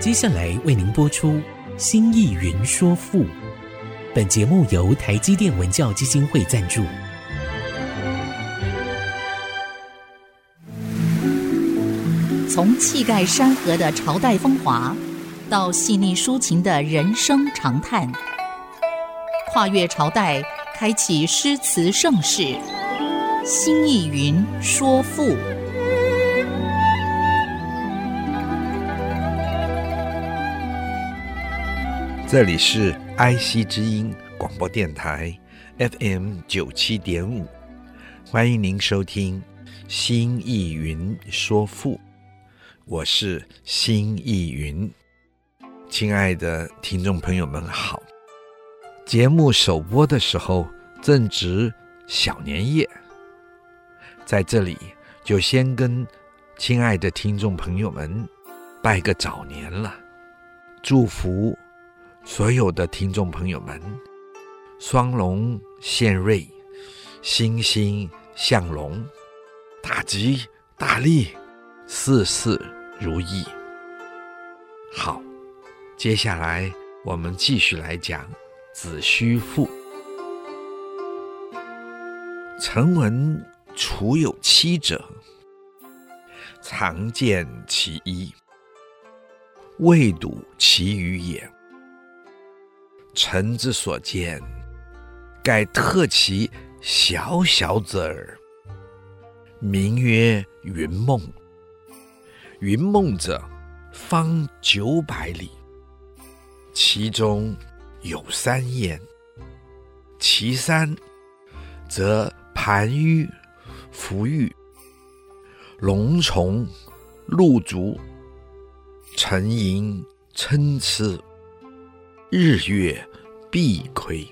接下来为您播出新义云说赋。本节目由台积电文教基金会赞助。 从气概山河的朝代风华，到细腻抒情的人生长叹，跨越朝代，开启诗词盛世。新义云说赋。 这里是哀惜之音广播电台 FM 97.5，欢迎您收听新义云说赋，我是新义云。亲爱的听众朋友们好，节目首播的时候正值小年夜，在这里就先跟亲爱的听众朋友们拜个早年了，祝福所有的听众朋友们双龙献瑞，欣欣向荣，大吉大利，事事如意。好，接下来我们继续来讲子虚赋。臣闻处有七者，常见其一，未睹其余也。臣之所见，盖特其小小者耳。名曰云梦。云梦者，方900里，其中有3焉。其三，则盘盂、凫御、龙虫、鹿竹、沉吟、参差，日月必亏，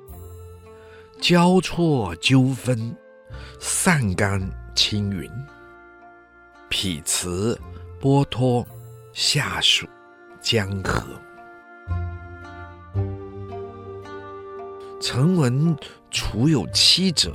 交错纠纷，散干青云，匹辞波托，下属江河。臣闻处有七者，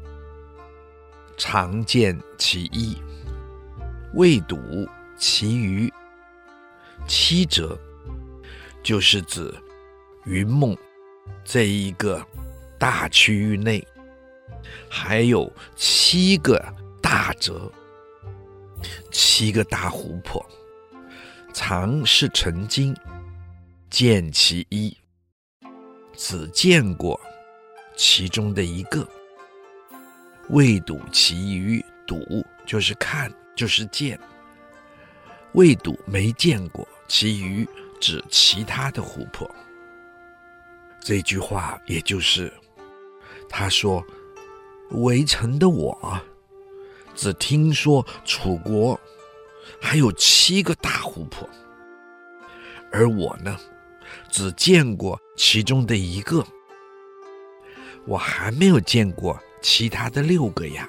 常见其一，未睹其余。七者就是指云梦这一个大区域内还有7个大泽，7个大湖泊，常是曾经，见其一，只见过其中的一个，未睹其余。睹就是看，就是见，未睹没见过，其余指其他的湖泊。这句话也就是他说，为臣的我只听说楚国还有7个大湖泊，而我呢，只见过其中的一个，我还没有见过其他的6个呀。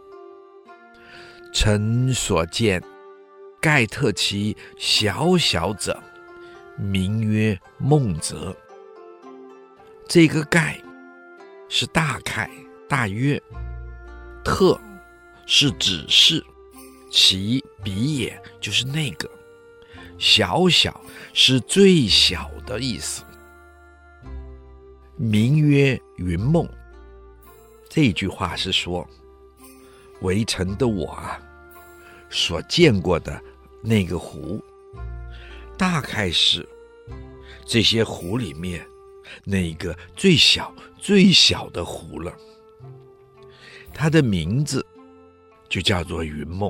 臣所见，盖特其小小者，名曰梦者。这个盖是大概大约，特是指示，其彼也就是那个，小小是最小的意思。名曰云梦，这句话是说，为臣的我所见过的那个湖，大概是这些湖里面那个最小最小的湖了，它的名字就叫做云梦。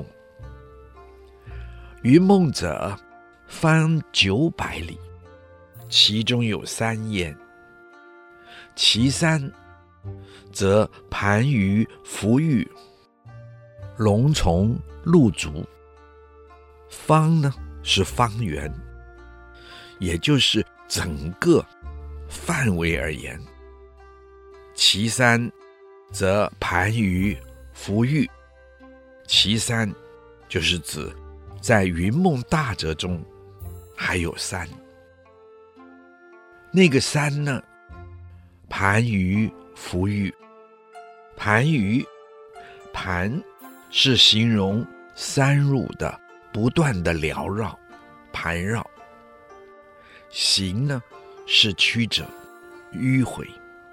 云梦者，方900里，其中有3焉。其三，则盘盂、凫御、龙虫、鹿竹。方呢是方圆，也就是整个范围而言。其三，则盘盂、凫御。其三就是指在云梦大泽中还有3。那个3呢，盘盂、凫御。盘盂，盘是形容山乳的不断的缭绕盘绕， 行呢是曲折迂回。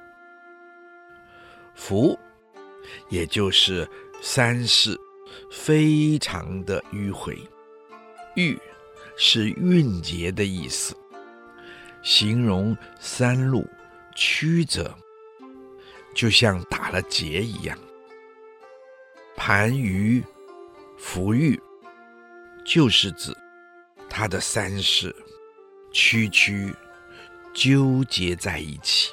福也就是三世非常的迂回，迂是韵节的意思，形容三路曲折，就像打了结一样。盘盂孚喻就是指它的三世曲曲纠结在一起。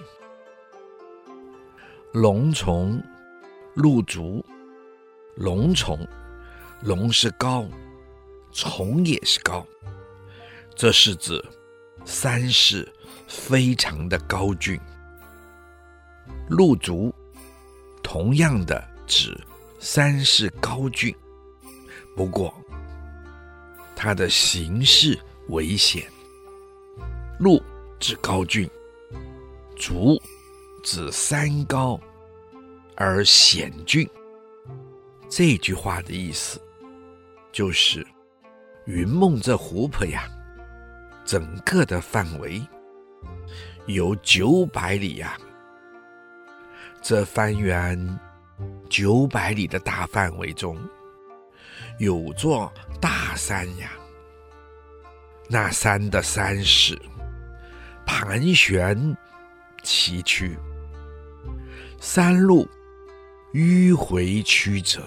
龙虫鹿足，龙虫，龙是高，虫也是高，这是指三世非常的高峻。鹿足同样的指三世高峻，不过它的形式危险。鹿指高峻，足指三高而险峻。这句话的意思就是云梦这湖泊呀，整个的范围有900里呀。这方圆900里的大范围中，有座大山呀，那山的三世盘旋崎岖，山路迂回曲折，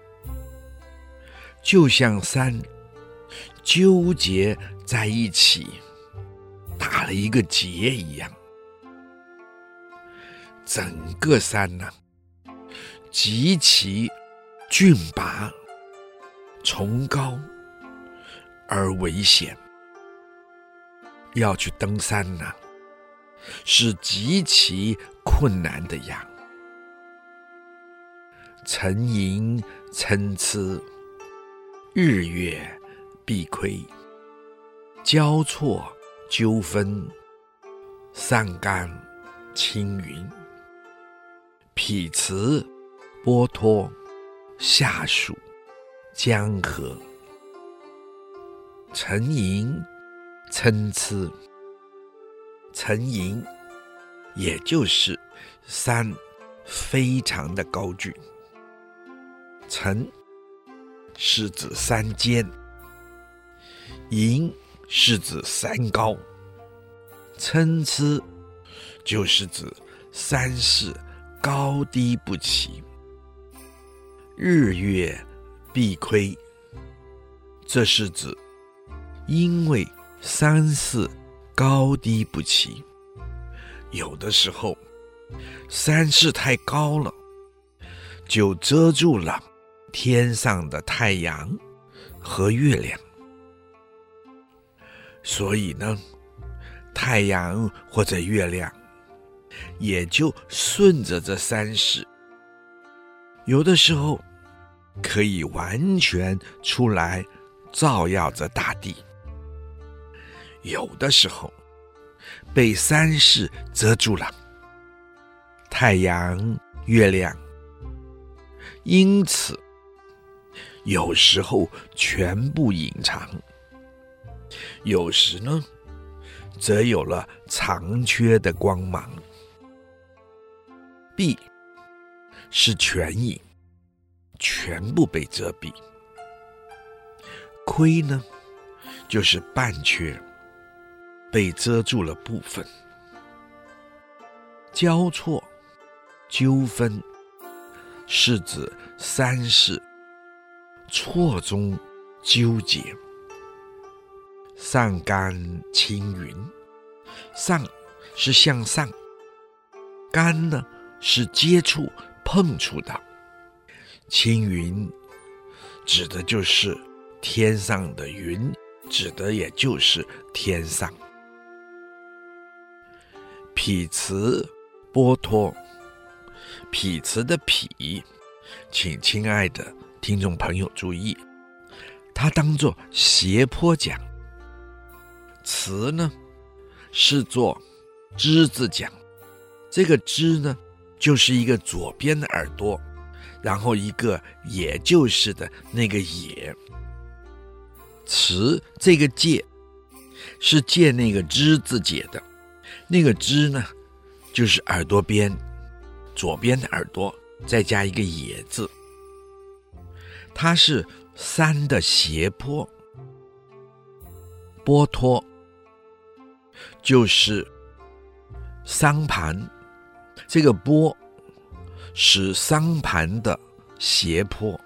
就像山纠结在一起，打了一个结一样。整个山呢，极其峻拔、崇高而危险。要去登山呢，是极其困难的呀。沉吟参差，日月必亏，交错纠纷，上干青云，匹兹波托，下属江河。沉吟参差，沉吟也就是山非常的高峻，沉是指山尖，吟是指山高，参差就是指山势高低不齐。日月必亏，这是指因为山势高低不齐，有的时候山势太高了，就遮住了天上的太阳和月亮，所以呢，太阳或者月亮也就顺着这山势，有的时候可以完全出来照耀着大地，有的时候被山势遮住了，太阳、月亮，因此有时候全部隐藏，有时呢则有了残缺的光芒。蔽是全隐，全部被遮蔽。亏呢就是半缺，被遮住了部分。交错纠纷是指山势错综纠结。上干青云，上是向上，干呢是接触碰触的。青云指的就是天上的云，指的也就是天上。匹兹波托，匹兹的匹，请亲爱的听众朋友注意，它当作斜坡讲。词呢是做之字讲，这个之呢就是一个左边的耳朵，然后一个也就是的那个也。词这个介是借那个之字解的，那个之呢，就是耳朵边，左边的耳朵再加一个也字，它是山的斜坡，波托就是桑盘，这个波是桑盘的斜坡，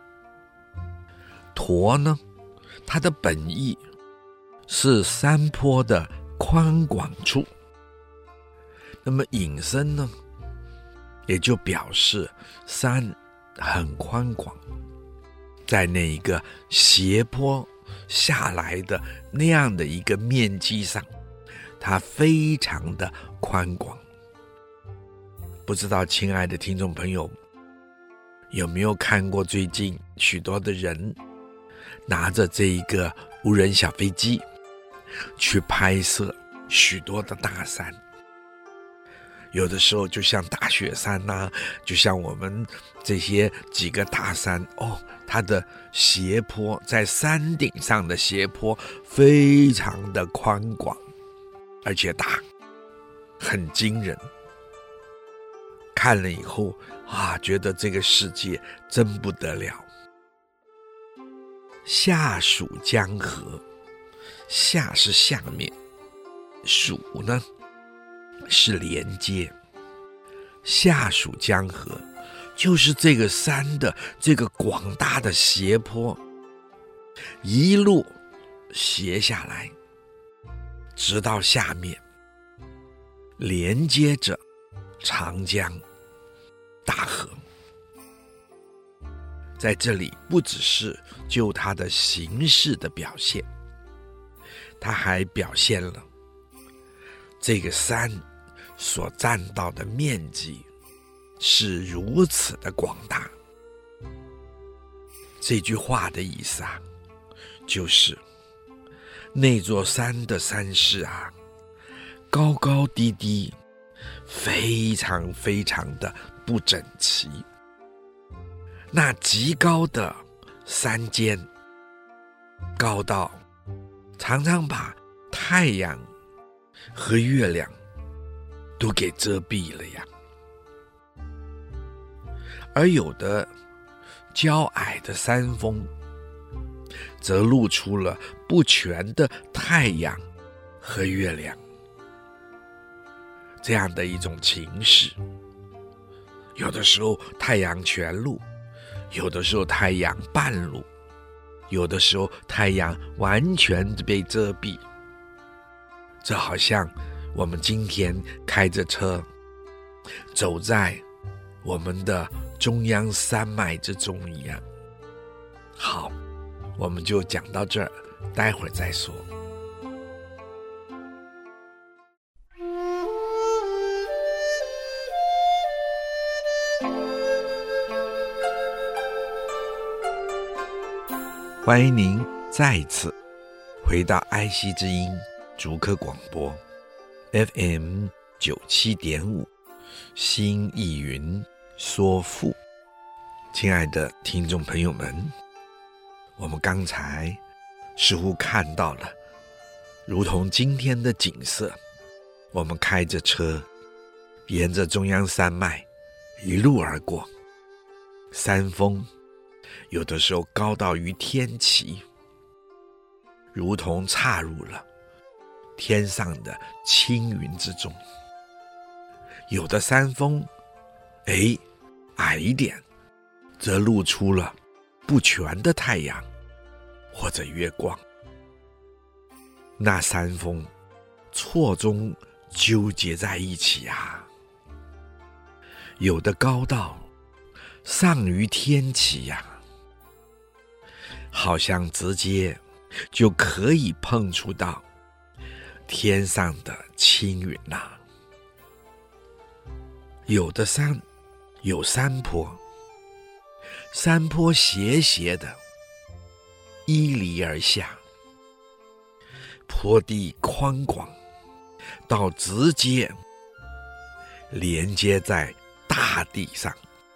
驼呢，它的本意是山坡的宽广处，那么引申呢，也就表示山很宽广，在那一个斜坡下来的那样的一个面积上，它非常的宽广。不知道亲爱的听众朋友有没有看过最近许多的人拿着这一个无人小飞机去拍摄许多的大山，有的时候就像大雪山啊，就像我们这些几个大山它的斜坡，在山顶上的斜坡非常的宽广，而且大，很惊人。看了以后觉得这个世界真不得了。下属江河，下是下面，属呢是连接，下属江河就是这个山的这个广大的斜坡，一路斜下来，直到下面，连接着长江大河。在这里不只是就它的形式的表现，它还表现了这个山所占到的面积是如此的广大。这句话的意思就是那座山的山势高高低低，非常非常的不整齐。那极高的山尖，高到常常把太阳和月亮都给遮蔽了呀。而有的较矮的山峰，则露出了不全的太阳和月亮，这样的一种情势。有的时候太阳全露，有的时候太阳半露，有的时候太阳完全被遮蔽。这好像我们今天开着车走在我们的中央山脉之中一样。好，我们就讲到这儿，待会儿再说。欢迎您再次回到爱惜之音竹科广播 FM 97.5新意云说赋。亲爱的听众朋友们，我们刚才似乎看到了如同今天的景色，我们开着车沿着中央山脉一路而过，山峰有的时候高到于天齐，如同插入了天上的青云之中。有的山峰矮一点，则露出了不全的太阳或者月光。那山峰错综纠结在一起有的高到上于天齐好像直接就可以碰触到天上的青云有的山有山坡，山坡斜斜的依离而下，坡地宽广到直接连接在大地上，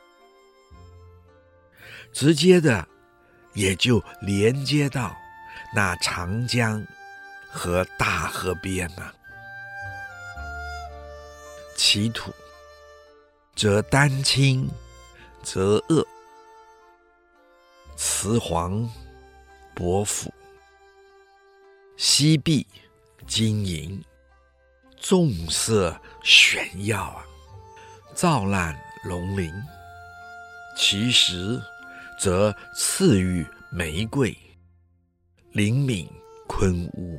直接的也就连接到那长江和大河边啊。其土，则丹青，则萼，雌黄，薄腐，皙碧，晶莹，重色炫耀啊，照烂龙鳞。其实，则次玉玫瑰，灵敏昆乌，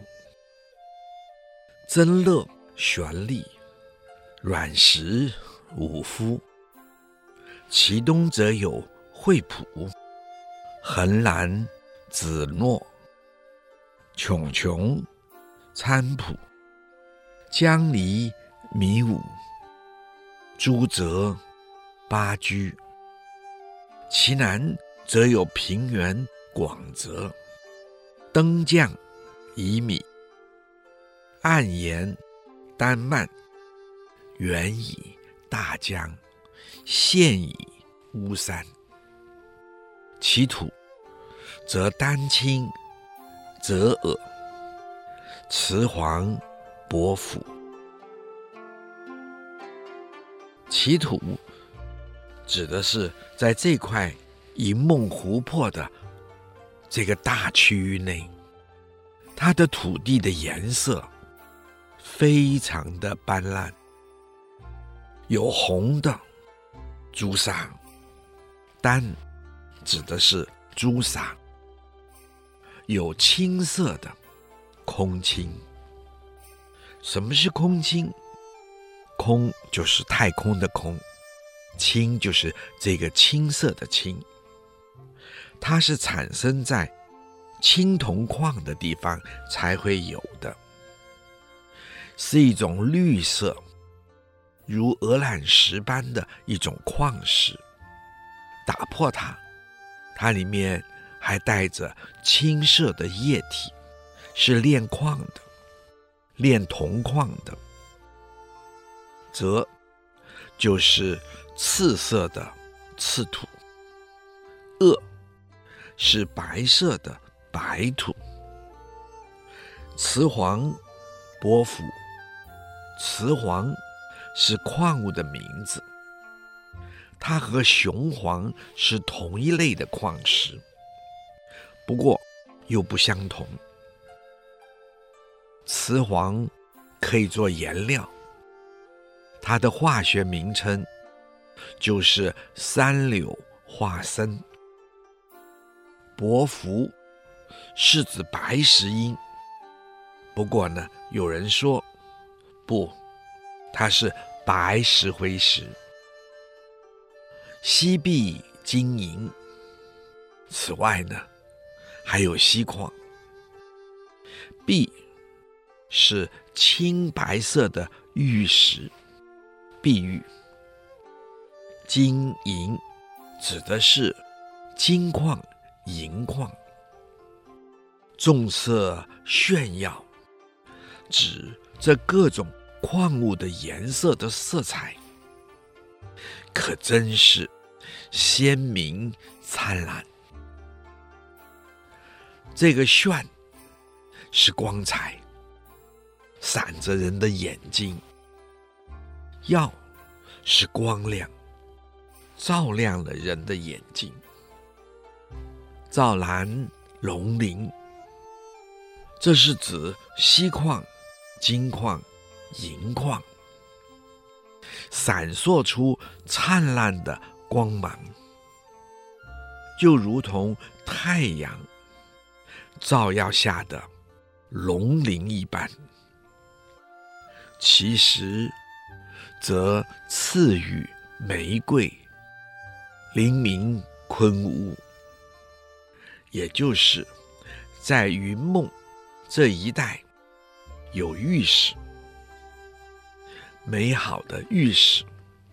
增乐旋丽，软实五肤。其东则有惠普、横兰、紫诺、芎芎、菖蒲、江离、迷武、朱泽、巴居。其南则有平原、广泽、登降、乙米、暗岩、丹蔓、原以、大江、现以、乌山。其土，则丹青，泽耳，雌黄，薄腐。其土指的是在这块银梦湖泊的这个大区域内，它的土地的颜色非常的斑斓，有红的朱砂，丹指的是朱砂，有青色的空青。什么是空青？空就是太空的空，青就是这个青色的青，它是产生在青铜矿的地方才会有的，是一种绿色如鹅卵石般的一种矿石。打破它，它里面还带着青色的液体，是炼矿的，炼铜矿的。泽就是赤色的赤土，萼是白色的白土。雌黄，薄腐，雌黄是矿物的名字，它和雄黄是同一类的矿石，不过又不相同。雌黄可以做颜料，它的化学名称就是三硫化砷。薄腐是指白石英，不过呢，有人说不，它是白石灰石。皙碧晶莹，此外呢，还有锡矿。碧是青白色的玉石，碧玉。晶莹指的是金矿、银矿。重色炫耀指这各种矿物的颜色的色彩，可真是鲜明灿烂。这个炫是光彩，闪着人的眼睛；耀是光亮，照亮了人的眼睛。照蓝龙鳞，这是指锡矿、金矿、银矿，闪烁出灿烂的光芒，就如同太阳照耀下的龙鳞一般。其实则次于玫瑰，灵明昆乌，也就是在云梦这一带有玉石，美好的玉石，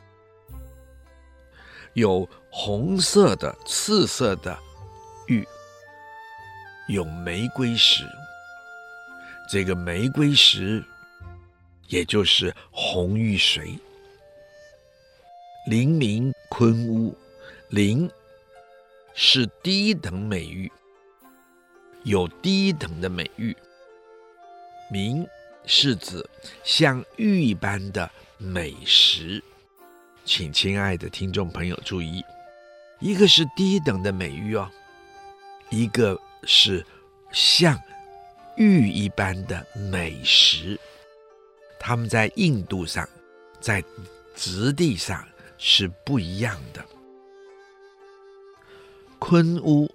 有红色的、赤色的玉，有玫瑰石。这个玫瑰石也就是红玉髓。灵明昆乌，灵是第一等美玉，有第一等的美玉， 名是指像玉一般的美食。请亲爱的听众朋友注意，一个是低等的美玉哦，一个是像玉一般的美食。它们在硬度上，在质地上是不一样的。昆乌，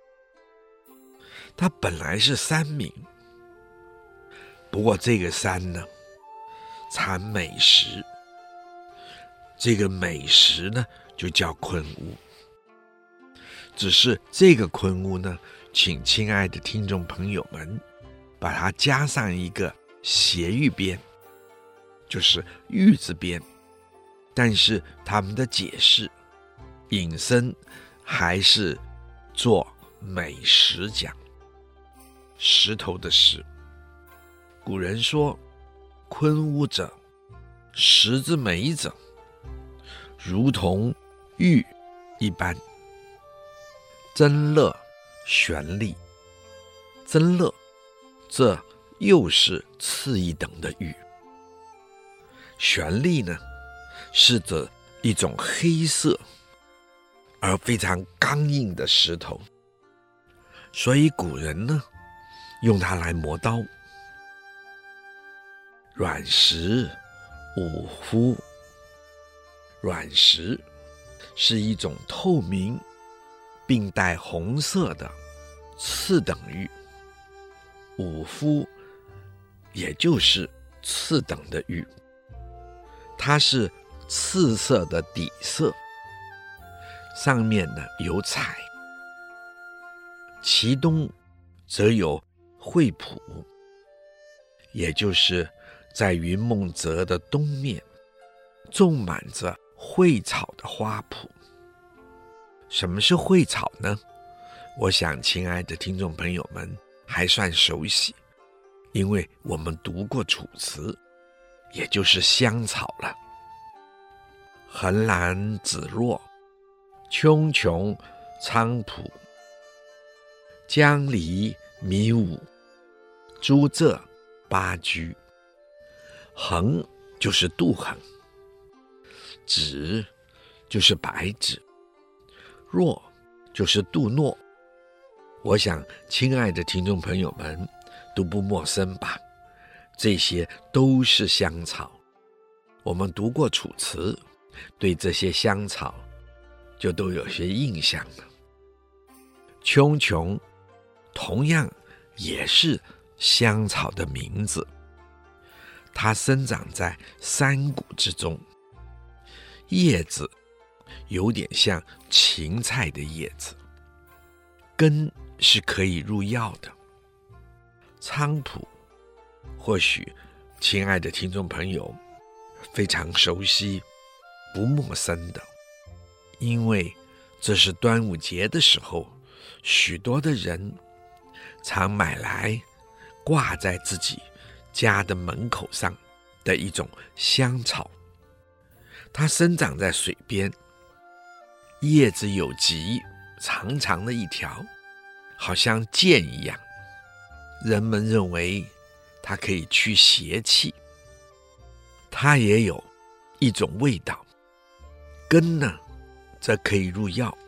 它本来是山名，不过这个山呢，产美食，这个美食呢就叫昆乌。只是这个昆乌呢，请亲爱的听众朋友们把它加上一个斜玉边，就是玉字边，但是他们的解释引申还是做美石讲，石头的石。古人说，昆乌者，石之美者，如同玉一般。真乐玄丽，真乐这又是次一等的玉。玄丽呢，是指一种黑色而非常刚硬的石头，所以古人呢用它来磨刀。软石五夫，软石是一种透明并带红色的次等玉，五夫也就是次等的玉，它是赤色的底色，上面呢有彩，其东则有蕙圃，也就是在云梦泽的东面种满着蕙草的花圃。什么是蕙草呢？我想亲爱的听众朋友们还算熟悉，因为我们读过《楚辞》，也就是香草了。横兰紫若，茕茕菖蒲，江离迷舞，朱仄八居。横就是杜衡，芷就是白芷，若就是杜诺。我想亲爱的听众朋友们都不陌生吧，这些都是香草。我们读过《楚辞》，对这些香草就都有些印象了。茕茕同样也是香草的名字，它生长在山谷之中，叶子有点像芹菜的叶子，根是可以入药的。菖蒲或许亲爱的听众朋友非常熟悉不陌生的，因为这是端午节的时候，许多的人常买来挂在自己家的门口上的一种香草。它生长在水边，叶子有棘，长长的一条，好像剑一样。人们认为它可以驱邪气，它也有一种味道。根呢，则可以入药。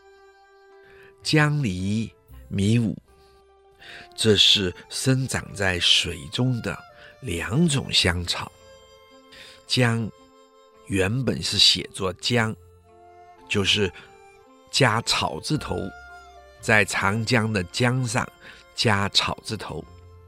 江离迷舞，这是生长在水中的两种香草。姜原本是写作江，就是加草字头，在长江的江上加草字头。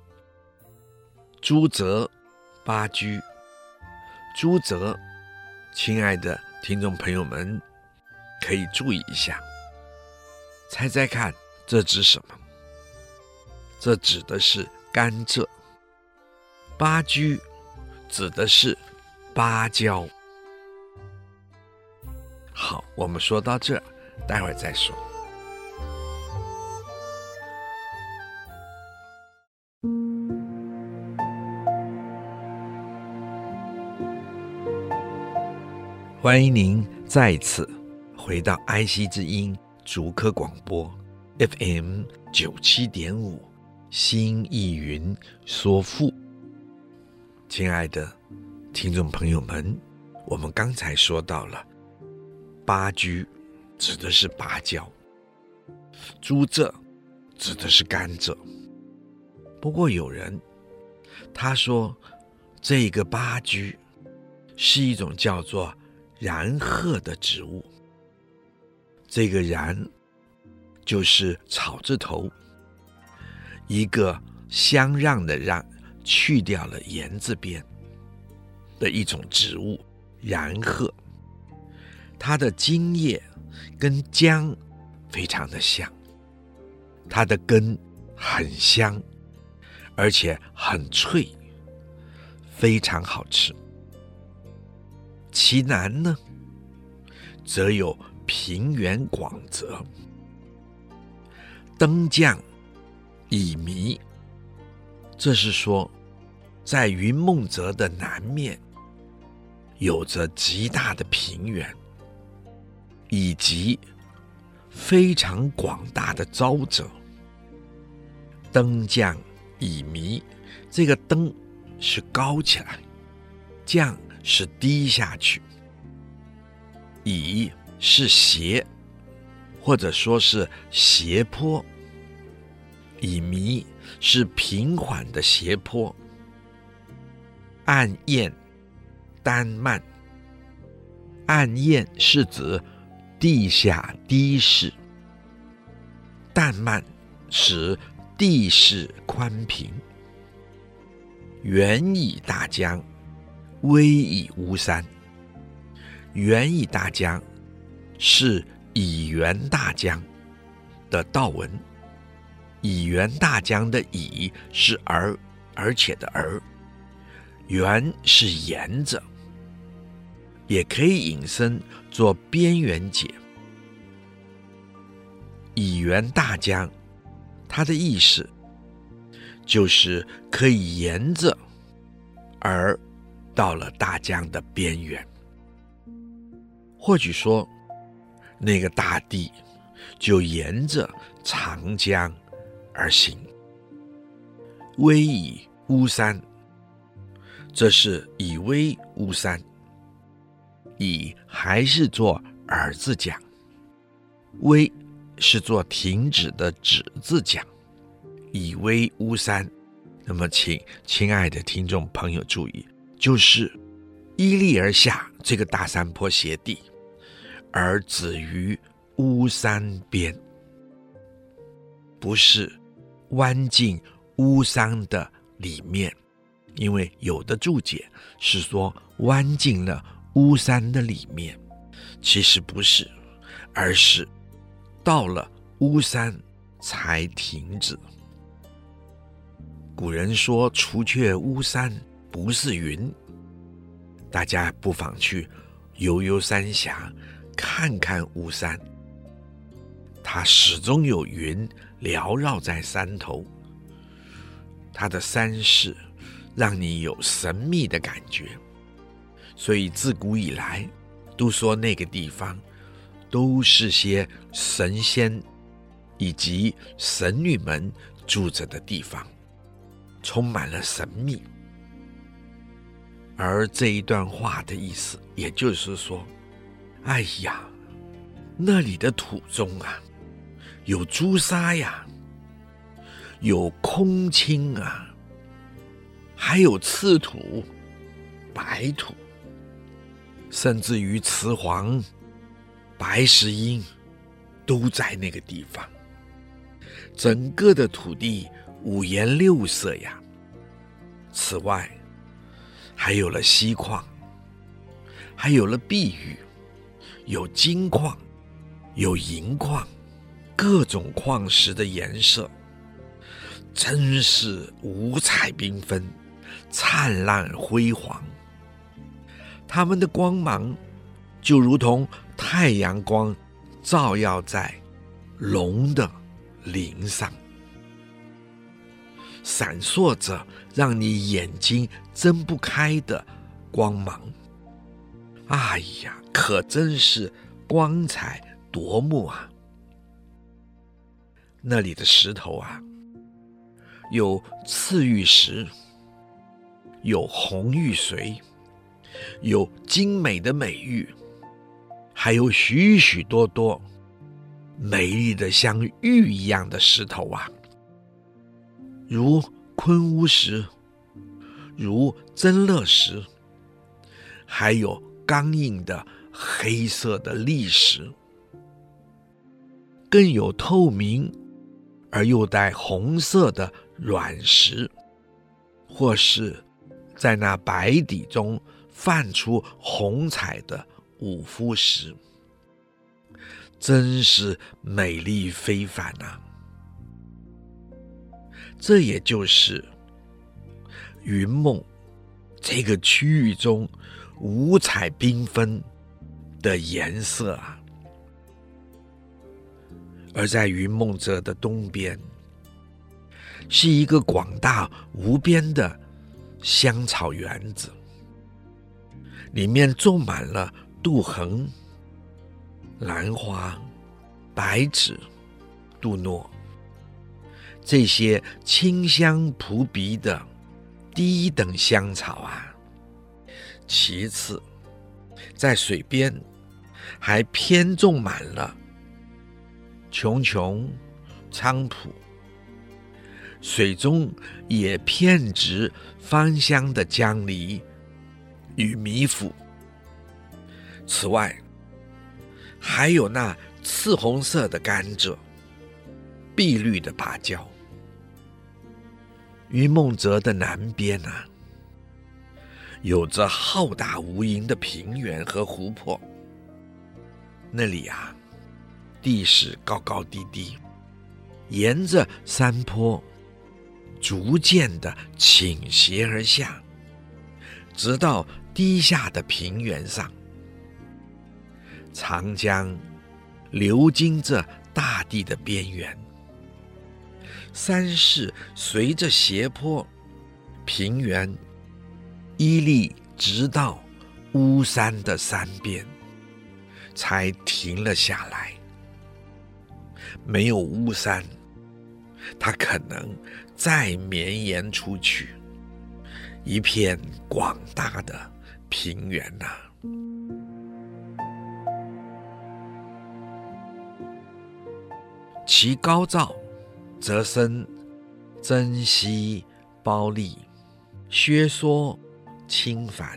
朱仄八居，朱仄，亲爱的听众朋友们可以注意一下，猜猜看这指什么？这指的是甘蔗。八居指的是芭蕉。好，我们说到这，待会儿再说。欢迎您再次回到爱惜之音竹科广播 FM 97.5 新意云说赋。 亲爱的听众朋友们，我们刚才说到了芭居指的是芭蕉，朱蔗指的是甘蔗。不过有人他说这个芭居是一种叫做然鹤的植物，这个然就是草字头，一个相让的让，去掉了言字边的一种植物，然鹤。它的茎叶跟姜非常的像，它的根很香，而且很脆，非常好吃。其南呢，则有平原广泽，登降以弥，这是说在云梦泽的南面有着极大的平原，以及非常广大的沼泽。登降以弥，这个登是高起来，降是低下去，以是斜，或者说是斜坡，以弥是平缓的斜坡。暗堰丹蔓，暗堰是指地下低势，淡蔓使地势宽平。远以大江，微以巫山。远以大江是以元大江的道文，以元大江的以是而且的而，元是沿着，也可以引申做边缘解。以元大江，它的意思就是可以沿着而到了大江的边缘。或许说那个大地就沿着长江而行。微以巫山，这是以微巫山，以还是做耳字讲，微是做停止的止字讲，以微巫山。那么请亲爱的听众朋友注意，就是依立而下这个大山坡斜地，而止于巫山边，不是弯进巫山的里面。因为有的注解是说弯进了巫山的里面，其实不是，而是到了巫山才停止。古人说除却巫山不是云，大家不妨去游游三峡，看看巫山，它始终有云缭绕在山头，它的山势让你有神秘的感觉。所以自古以来都说那个地方都是些神仙以及神女们住着的地方，充满了神秘。而这一段话的意思也就是说，哎呀，那里的土中啊，有朱砂呀，有空青啊，还有赤土、白土，甚至于雌黄、白石英都在那个地方。整个的土地五颜六色呀。此外还有了锡矿，还有了碧玉，有金矿，有银矿，各种矿石的颜色真是五彩缤纷，灿烂辉煌。它们的光芒就如同太阳光照耀在龙的鳞上，闪烁着让你眼睛睁不开的光芒。哎呀，可真是光彩夺目啊！那里的石头啊，有赤玉石、 有红玉髓，有精美的美玉，还有许许多多美丽的像玉一样的石头啊，如昆乌石，如真乐石，还有刚硬的黑色的砾石，更有透明而又带红色的卵石，或是在那白底中泛出红彩的五肤石，真是美丽非凡啊！这也就是云梦这个区域中五彩缤纷的颜色啊。而在云梦泽的东边，是一个广大无边的香草园子，里面种满了杜衡、兰花、白芷、杜诺，这些清香扑鼻的第一等香草啊。其次，在水边还偏种满了琼琼、菖蒲，水中也遍植芳香的姜梨与米腐。此外，还有那赤红色的甘蔗，碧绿的芭蕉。云梦泽的南边啊，有着浩大无垠的平原和湖泊，那里啊，地势高高低低，沿着山坡逐渐地倾斜而下，直到低下的平原上。长江流经着大地的边缘，山势随着斜坡平原屹立直到巫山的山边，才停了下来。没有巫山，它可能再绵延出去，一片广大的平原啊。其高照，则生珍稀褒丽，削缩轻繁；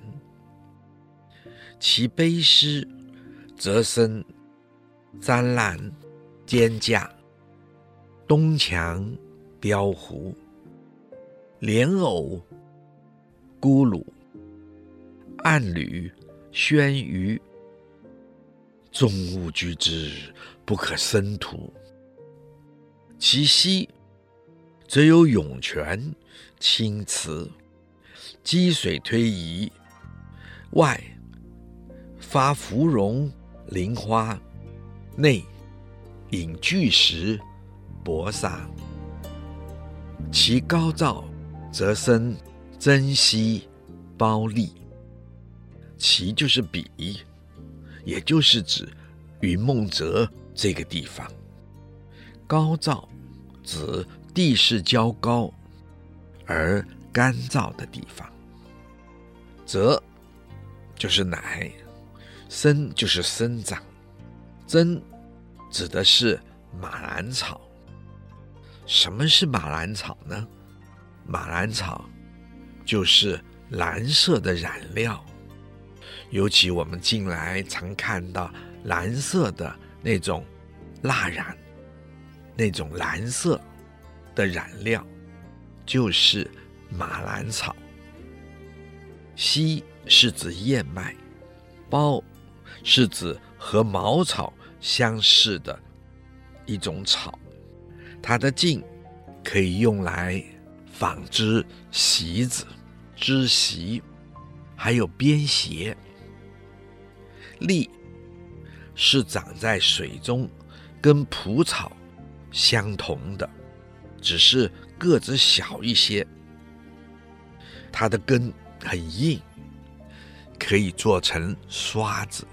其卑湿，则生簪烂蒹葭，东墙雕狐，莲藕咕噜，暗缕轩臾，众物居之，不可生图。其西，则有涌泉、清池，积水推移，外发芙蓉、菱花，内引巨石、薄沙。其高照，则生珍稀褒丽。其就是比，也就是指云梦泽这个地方。高照指地势较高而干燥的地方，泽就是乃，生就是生长，珍指的是马兰草。什么是马兰草呢？马兰草就是蓝色的染料，尤其我们近来常看到蓝色的那种蜡染，那种蓝色的染料就是马兰草。稀是指燕麦，褒是指和茅草相似的一种草，它的茎可以用来纺织席子、织席，还有编鞋。栗是长在水中，跟蒲草相同的，只是个子小一些，它的根很硬，可以做成刷子。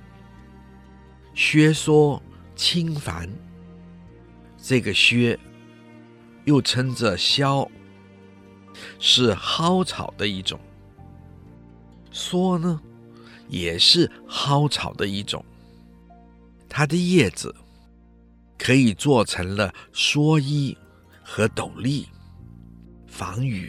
削缩轻繁，这个削又称着削， 是蒿草的一种，蓑呢也是蒿草的一种，它的叶子可以做成了蓑衣和斗笠，防雨。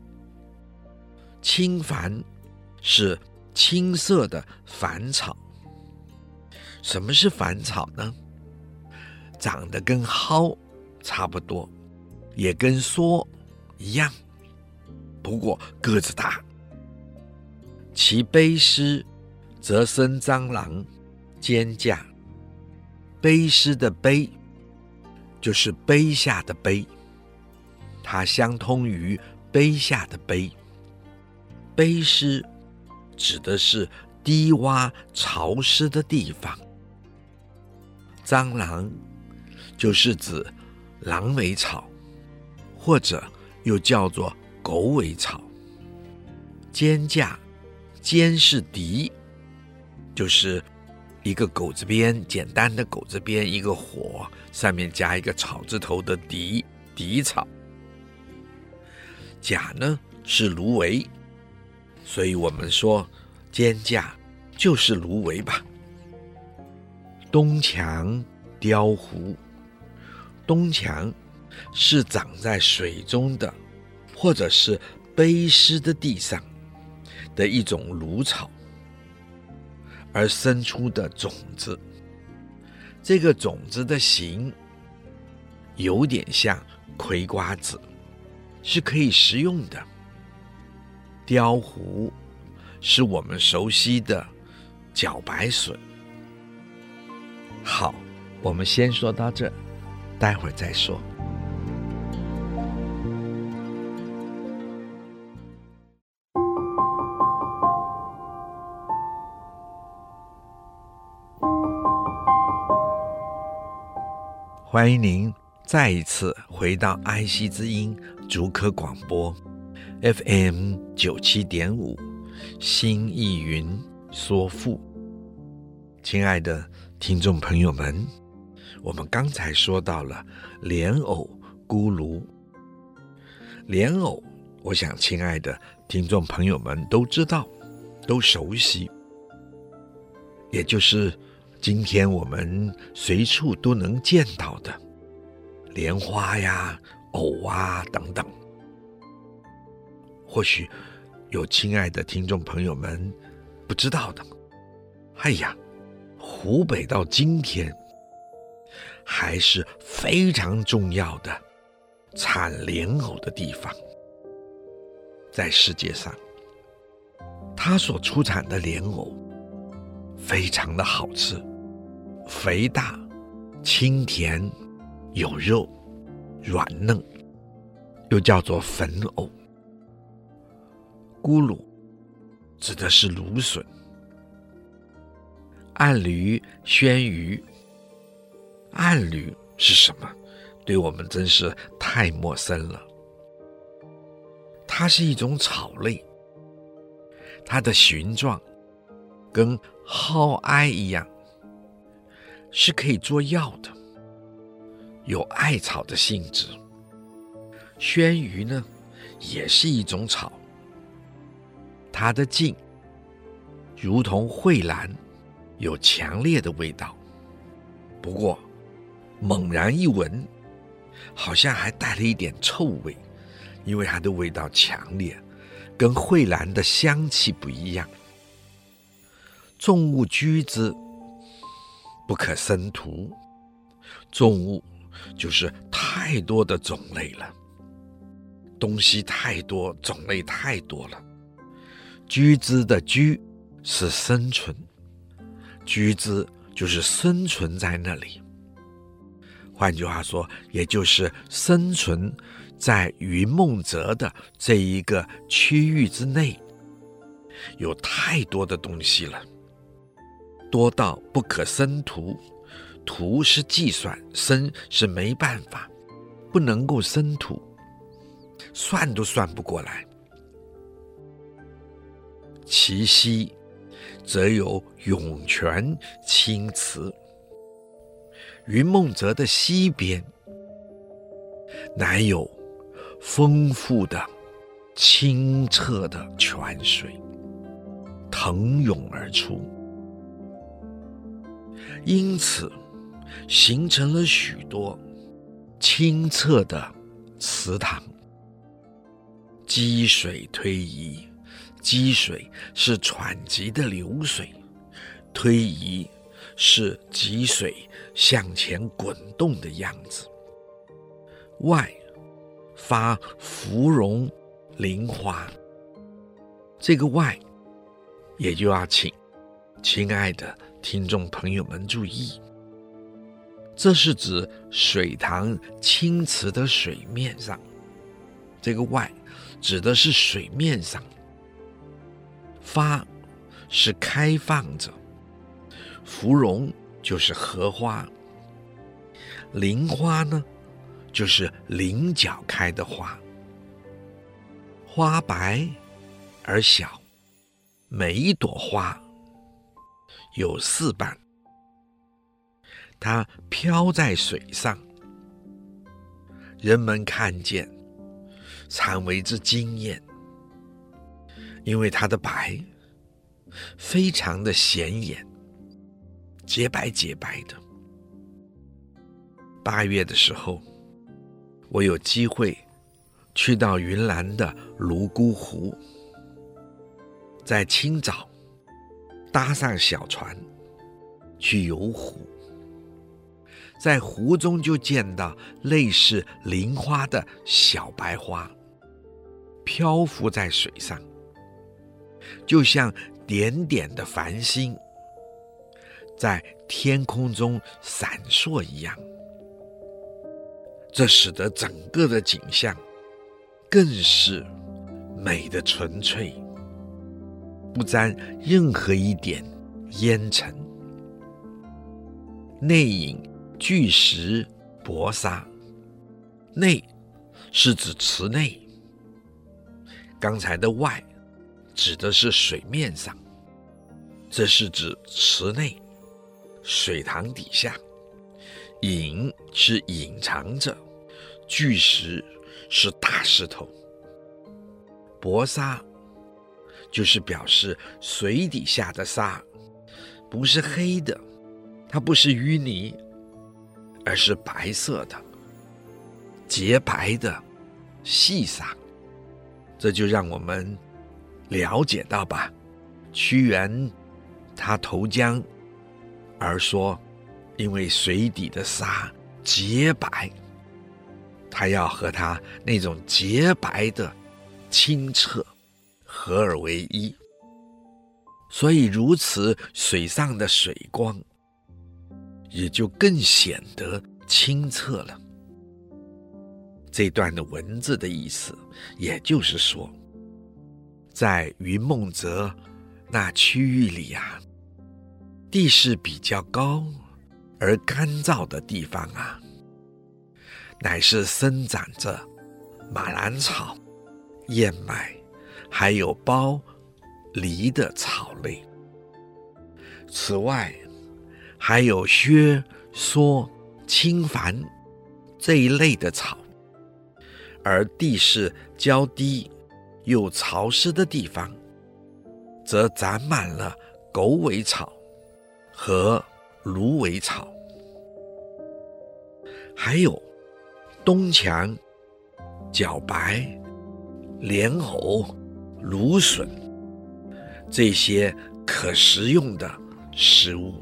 青矾是青色的矾草。什么是矾草呢？长得跟蒿差不多，也跟蓑一样，不过个子大。其卑湿，则生蟑螂、奸驾。卑湿的卑就是卑下的卑，它相通于卑下的卑。卑湿指的是低洼潮湿的地方。蟑螂就是指狼尾草，或者又叫做狗尾草。奸驾，奸是敌，就是一个狗字边，简单的狗字边，一个火，上面加一个草字头的敌，敌草。甲呢是芦苇，所以我们说奸驾就是芦苇吧。东墙雕狐，东墙是长在水中的，或者是卑湿的地上的一种芦草而生出的种子。这个种子的形有点像葵瓜子，是可以食用的。雕狐是我们熟悉的茭白笋。好，我们先说到这，待会儿再说。欢迎您再一次回到爱惜之音竹科广播 FM 97.5新意云说赋。亲爱的听众朋友们，我们刚才说到了莲藕菇炉。莲藕，我想亲爱的听众朋友们都知道，都熟悉，也就是今天我们随处都能见到的莲花呀、藕啊等等。或许有亲爱的听众朋友们不知道的，哎呀，湖北到今天还是非常重要的产莲藕的地方。在世界上，它所出产的莲藕非常的好吃，肥大、清甜、有肉、软嫩，又叫做粉藕。菇卤指的是芦笋。暗驴、宣鱼，暗驴是什么？对我们真是太陌生了。它是一种草类，它的形状跟蒿艾一样，是可以做药的，有艾草的性质。宣鱼呢，也是一种草，它的茎如同蕙兰，有强烈的味道，不过猛然一闻，好像还带了一点臭味，因为它的味道强烈，跟蕙兰的香气不一样。众物居之，不可生图。众物就是太多的种类了，东西太多，种类太多了。居之的居是生存，居之就是生存在那里。换句话说，也就是生存在云梦泽的这一个区域之内，有太多的东西了，多到不可生图。图是计算，生是没办法，不能够生图，算都算不过来。其西则有涌泉清池，云梦泽的西边乃有丰富的清澈的泉水腾涌而出，因此形成了许多清澈的池塘。积水推移，积水是湍急的流水，推移是积水向前滚动的样子。外发芙蓉菱花，这个外也就要请亲爱的听众朋友们注意，这是指水塘清池的水面上，这个外指的是水面上，发是开放着，芙蓉就是荷花，菱花呢就是菱角开的花，花白而小，每一朵花有4瓣，它飘在水上，人们看见常为之惊艳，因为它的白非常的显眼，洁白洁白的。8月的时候，我有机会去到云南的泸沽湖，在清早搭上小船去游湖，在湖中就见到类似菱花的小白花漂浮在水上，就像点点的繁星在天空中闪烁一样，这使得整个的景象更是美的纯粹，不沾任何一点烟尘。内隐巨石薄沙，内是指池内，刚才的外指的是水面上，这是指池内水塘底下。隐是隐藏着，巨石是大石头，薄沙就是表示水底下的沙不是黑的，它不是淤泥，而是白色的洁白的细沙。这就让我们了解到吧，屈原他投江而说，因为水底的沙洁白，他要和他那种洁白的清澈合而为一，所以如此水上的水光也就更显得清澈了。这段的文字的意思，也就是说，在云梦泽那区域里啊，地势比较高而干燥的地方啊，乃是生长着马兰草、燕麦还有苞、梨的草类。此外还有薛、蓑、青矾这一类的草，而地势较低又潮湿的地方，则长满了狗尾草和芦苇草，还有冬墙、茭白、莲藕、芦笋这些可食用的食物，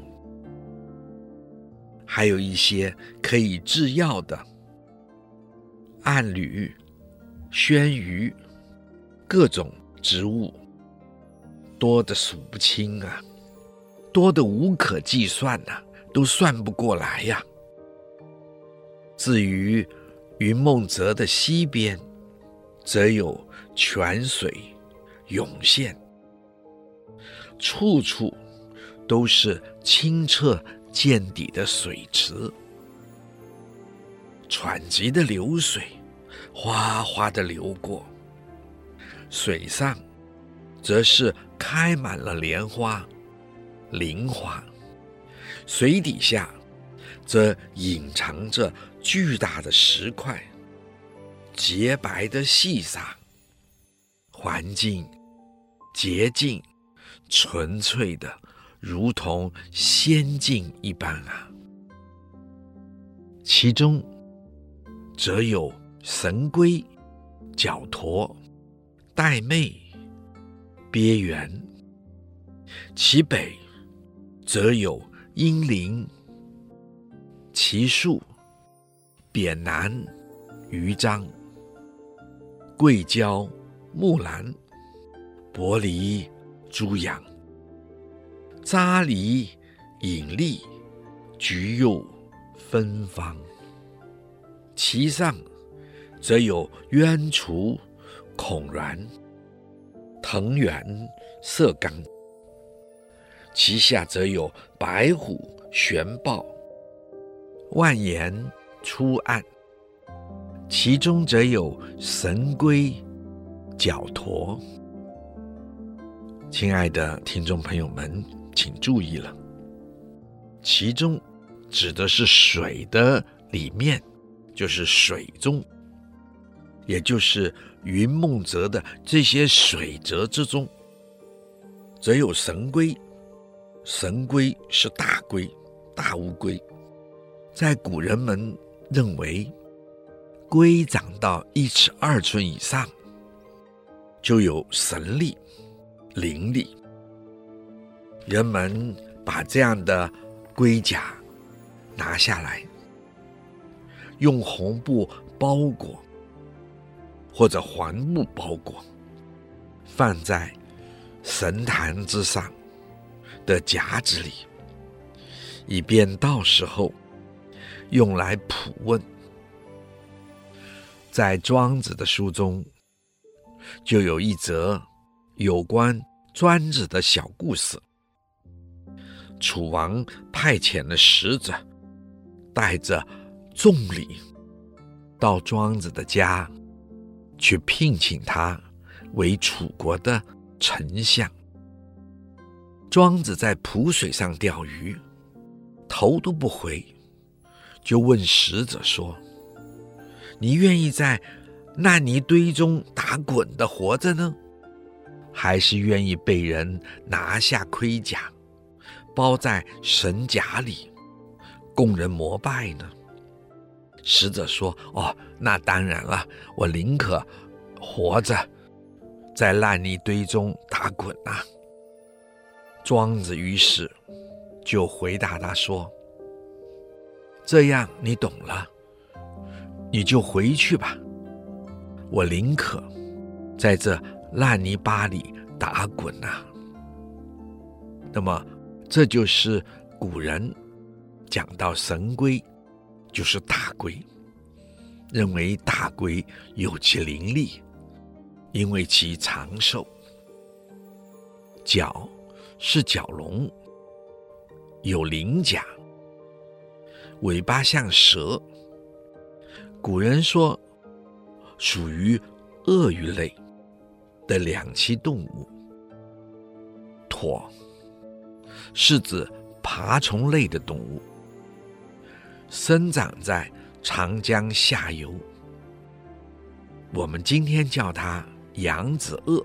还有一些可以制药的暗缕、宣萸，各种植物多得数不清啊，多得无可计算啊，都算不过来呀。至于云梦泽的西边，则有泉水涌现，处处都是清澈见底的水池，湍急的流水哗哗地流过，水上则是开满了莲花、菱花，水底下则隐藏着巨大的石块、洁白的细沙， 环境洁净纯粹的，如同仙境一般啊。其中则有神龟、角驼、玳瑁、鳖猿，其北则有阴灵、耆树、扁楠、鱼樟、桂椒、木兰、柏梨、猪羊、扎梨、隐栗、橘柚、芬芳，其上则有鸢雏、孔鸾、藤原、色冈，其下则有白虎、玄豹、万岩、出岸，其中则有神龟、角驼。亲爱的听众朋友们，请注意了，其中指的是水的里面，就是水中，也就是云梦泽的这些水泽之中，则有神龟。神龟是大龟、大乌龟，在古人们认为，龟长到1尺2寸以上，就有神力、灵力。人们把这样的龟甲拿下来，用红布包裹或者环木包裹，放在神坛之上的夹子里，以便到时候用来卜问。在庄子的书中就有一则有关专子的小故事。楚王派遣了使者，带着重礼到庄子的家去聘请他为楚国的丞相。庄子在濮水上钓鱼，头都不回，就问使者说，你愿意在烂泥堆中打滚的活着呢，还是愿意被人拿下盔甲，包在神甲里供人膜拜呢？使者说，那当然了，我宁可活着在烂泥堆中打滚啊。庄子于是就回答他说，这样你懂了，你就回去吧，我宁可在这烂泥巴里打滚啊。那么这就是古人讲到神龟就是大龟，认为大龟有其灵力，因为其长寿。角是角龙，有鳞甲，尾巴像蛇，古人说属于鳄鱼类的两栖动物。驼是指爬虫类的动物，生长在长江下游，我们今天叫它扬子鳄。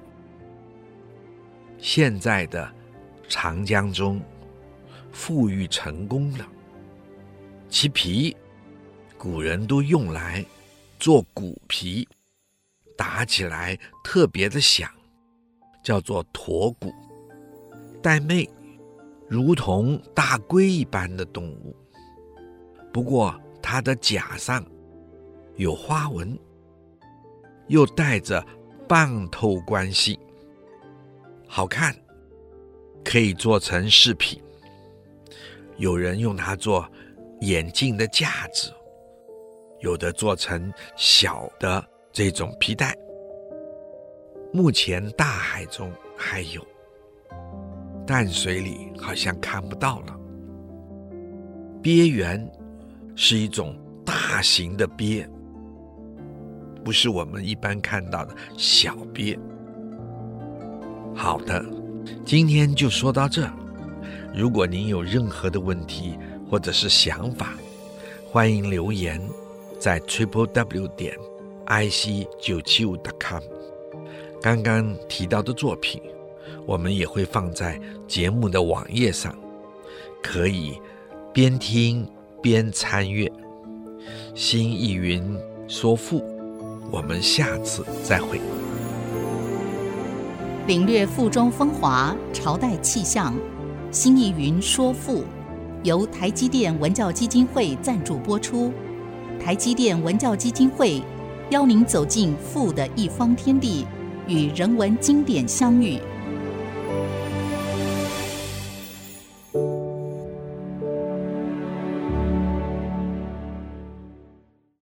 现在的长江中富裕成功了，其皮古人都用来做鼓皮，打起来特别的响，叫做驼鼓。玳瑁如同大龟一般的动物，不过它的甲上有花纹，又带着半透关系，好看，可以做成饰品。有人用它做眼镜的架子，有的做成小的这种皮带。目前大海中还有，淡水里好像看不到了。鳖猿是一种大型的鳖，不是我们一般看到的小鳖。好的，今天就说到这。如果您有任何的问题或者是想法，欢迎留言在 www.ic975.com。 刚刚提到的作品，我们也会放在节目的网页上，可以边听边参阅。新义云说赋，我们下次再会。 领略赋中风华，朝代气象。新义云说赋由台积电文教基金会赞助播出。台积电文教基金会邀您走进赋的一方天地，与人文经典相遇。